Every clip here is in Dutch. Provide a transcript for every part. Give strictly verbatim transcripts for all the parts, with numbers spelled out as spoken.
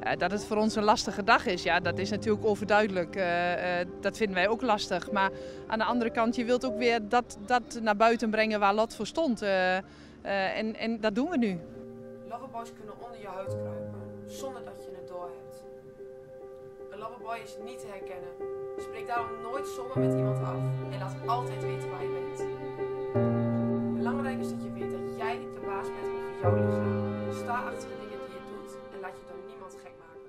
Uh, dat het voor ons een lastige dag is, ja, dat is natuurlijk overduidelijk. Uh, uh, dat vinden wij ook lastig. Maar aan de andere kant, je wilt ook weer dat, dat naar buiten brengen waar Lot voor stond. Uh, uh, en, en dat doen we nu. Loverboys kunnen onder je huid kruipen, zonder dat je het doorhebt. Een loverboy is niet te herkennen. Spreek daarom nooit zomaar met iemand af en laat altijd weten waar je bent. Belangrijk is dat je weet dat jij de baas bent over jouw lichaam. Sta achter de dingen die je doet en laat je door niemand gek maken.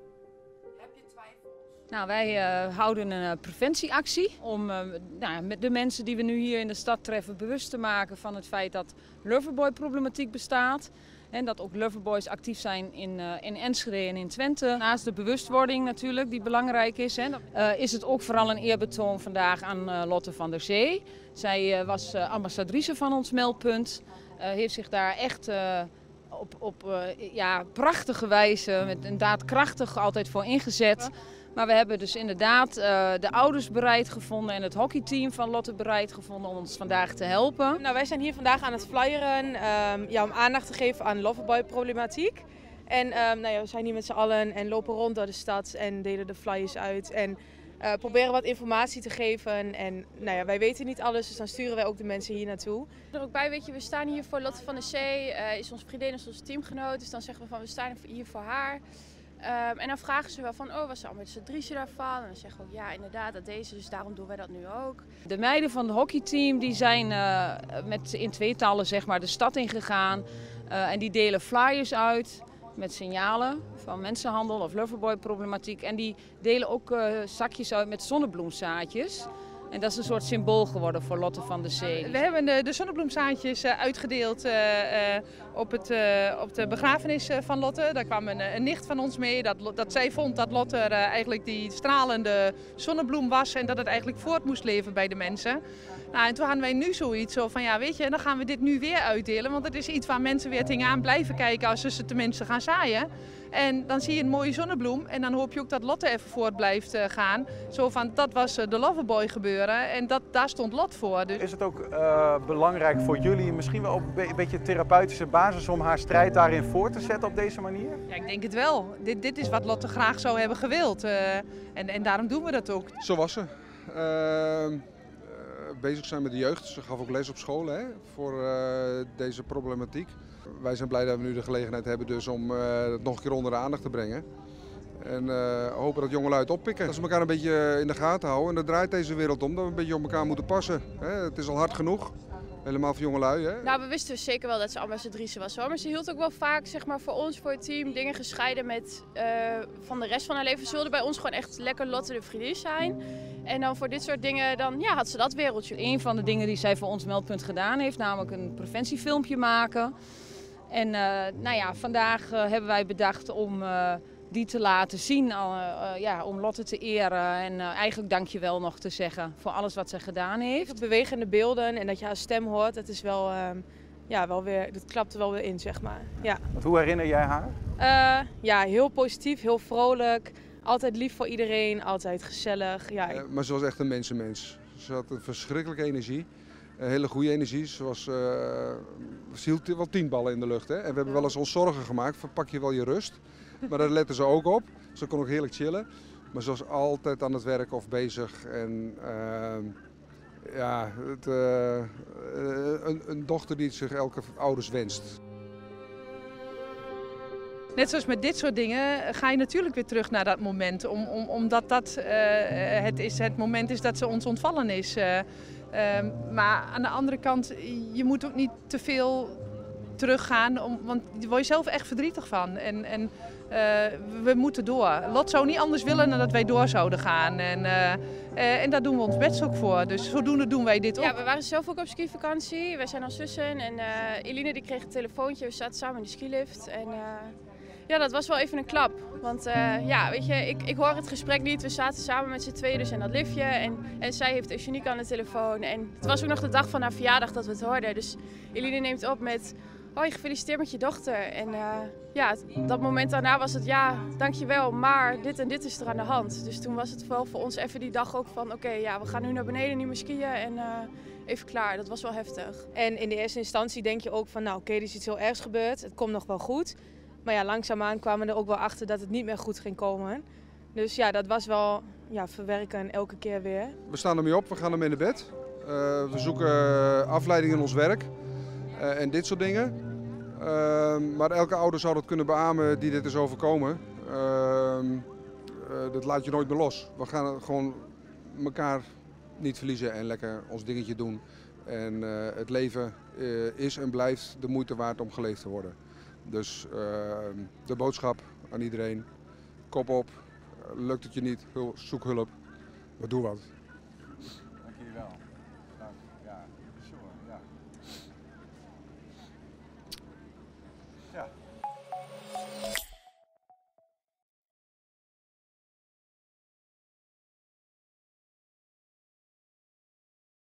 Heb je twijfels? Nou, wij uh, houden een uh, preventieactie om uh, nou, met de mensen die we nu hier in de stad treffen bewust te maken van het feit dat loverboy-problematiek bestaat. En dat ook loverboys actief zijn in, uh, in Enschede en in Twente. Naast de bewustwording natuurlijk, die belangrijk is, hè, uh, is het ook vooral een eerbetoon vandaag aan uh, Lotte van der Zee. Zij uh, was uh, ambassadrice van ons meldpunt, uh, heeft zich daar echt uh, op, op uh, ja, prachtige wijze, met een daadkrachtig altijd voor ingezet. Maar we hebben dus inderdaad uh, de ouders bereid gevonden en het hockeyteam van Lotte bereid gevonden om ons vandaag te helpen. Nou, wij zijn hier vandaag aan het flyeren um, ja, om aandacht te geven aan loverboy-problematiek. En um, nou ja, we zijn hier met z'n allen en lopen rond door de stad en delen de flyers uit. En uh, proberen wat informatie te geven. En nou ja, wij weten niet alles, dus dan sturen wij ook de mensen hier naartoe. Er ook bij, weet je, we staan hier voor Lotte van der Zee, uh, is onze vriendin, is onze teamgenoot. Dus dan zeggen we van, we staan hier voor haar. Um, en dan vragen ze wel van, oh, was de ambassadrice daarvan? En dan zeggen we ook, ja, inderdaad, dat deze, dus daarom doen wij dat nu ook. De meiden van het hockeyteam die zijn uh, met, in tweetallen zeg maar, de stad ingegaan. Uh, en die delen flyers uit met signalen van mensenhandel of loverboy problematiek. En die delen ook uh, zakjes uit met zonnebloemzaadjes. En dat is een soort symbool geworden voor Lotte van der Zee. We hebben de, de zonnebloemzaadjes uh, uitgedeeld uh, uh, op, het, uh, op de begrafenis uh, van Lotte. Daar kwam een, een nicht van ons mee. Dat, dat zij vond dat Lotte uh, eigenlijk die stralende zonnebloem was. En dat het eigenlijk voort moest leven bij de mensen. Nou, en toen hadden wij nu zoiets zo van, ja, weet je, dan gaan we dit nu weer uitdelen. Want het is iets waar mensen weer tegenaan blijven kijken als ze ze tenminste gaan zaaien. En dan zie je een mooie zonnebloem en dan hoop je ook dat Lotte even voort blijft uh, gaan. Zo van, dat was uh, de Loverboy gebeuren en dat, daar stond Lot voor. Dus. Is het ook uh, belangrijk voor jullie, misschien wel op een beetje therapeutische basis, om haar strijd daarin voor te zetten op deze manier? Ja, ik denk het wel. Dit, dit is wat Lotte graag zou hebben gewild uh, en, en daarom doen we dat ook. Zo was ze. Uh, bezig zijn met de jeugd. Ze gaf ook les op school hè, voor uh, deze problematiek. Wij zijn blij dat we nu de gelegenheid hebben dus om uh, het nog een keer onder de aandacht te brengen. En uh, hopen dat jongelui het oppikken. Dat ze elkaar een beetje in de gaten houden. En daar draait deze wereld om, dat we een beetje op elkaar moeten passen. Hè. Het is al hard genoeg. Helemaal voor jongelui. Hè? Nou, we wisten dus zeker wel dat ze ambassadrice was hoor. Maar ze hield ook wel vaak, zeg maar, voor ons, voor het team, dingen gescheiden met uh, van de rest van haar leven. Ze wilde bij ons gewoon echt lekker Lotte de vriendin zijn. En dan voor dit soort dingen, dan ja, had ze dat wereldje. Een van de dingen die zij voor ons meldpunt gedaan heeft, namelijk een preventiefilmpje maken. En uh, nou ja, vandaag uh, hebben wij bedacht om uh, die te laten zien, uh, uh, ja, om Lotte te eren. En uh, eigenlijk dankjewel nog te zeggen voor alles wat zij gedaan heeft. Bewegende beelden en dat je haar stem hoort, dat is wel, uh, ja, wel weer, dat klapt er wel weer in, zeg maar. Ja. Hoe herinner jij haar? Uh, ja, heel positief, heel vrolijk. Altijd lief voor iedereen, altijd gezellig. Ja, ik... uh, maar ze was echt een mensenmens. Ze had een verschrikkelijke energie. Een hele goede energie. Ze, was, uh, ze hield wel tien ballen in de lucht. Hè? En we hebben wel eens ons zorgen gemaakt van pak je wel je rust. Maar daar letten ze ook op. Ze kon ook heerlijk chillen. Maar ze was altijd aan het werk of bezig. En uh, ja, het, uh, een, een dochter die zich elke ouders wenst. Net zoals met dit soort dingen ga je natuurlijk weer terug naar dat moment. Om, om, omdat dat uh, het, is, het moment is dat ze ons ontvallen is. Uh, uh, maar aan de andere kant, je moet ook niet te veel teruggaan. Om, want daar word je zelf echt verdrietig van. En, en uh, we moeten door. Lot zou niet anders willen dan dat wij door zouden gaan. En, uh, uh, en daar doen we ons best ook voor. Dus zodoende doen wij dit ook. Ja, we waren zelf ook op skivakantie. Wij zijn al zussen. En uh, Eline die kreeg een telefoontje. We zaten samen in de skilift. En, uh, Ja, dat was wel even een klap. Want uh, ja, weet je, ik, ik hoor het gesprek niet. We zaten samen met z'n tweeën dus in dat liftje. En, en zij heeft Eugenique aan de telefoon. En het was ook nog de dag van haar verjaardag dat we het hoorden. Dus Eline neemt op met, oh, je gefeliciteerd met je dochter. En uh, ja, dat moment daarna was het, ja, dankjewel, maar dit en dit is er aan de hand. Dus toen was het wel voor ons even die dag ook van, oké, okay, ja, we gaan nu naar beneden, niet meer skiën en uh, even klaar. Dat was wel heftig. En in de eerste instantie denk je ook van, nou oké, okay, er is iets heel ergs gebeurd. Het komt nog wel goed. Maar ja, langzaamaan kwamen we er ook wel achter dat het niet meer goed ging komen. Dus ja, dat was wel ja, verwerken elke keer weer. We staan ermee op, we gaan ermee naar bed. Uh, we zoeken afleiding in ons werk uh, en dit soort dingen. Uh, maar elke ouder zou dat kunnen beamen die dit is overkomen. Uh, uh, dat laat je nooit meer los. We gaan gewoon elkaar niet verliezen en lekker ons dingetje doen. En uh, het leven uh, is en blijft de moeite waard om geleefd te worden. Dus uh, de boodschap aan iedereen, kop op, uh, lukt het je niet, hul, zoek hulp, maar doe wat. Dank jullie wel. Dank. Ja, sure, ja. Ja.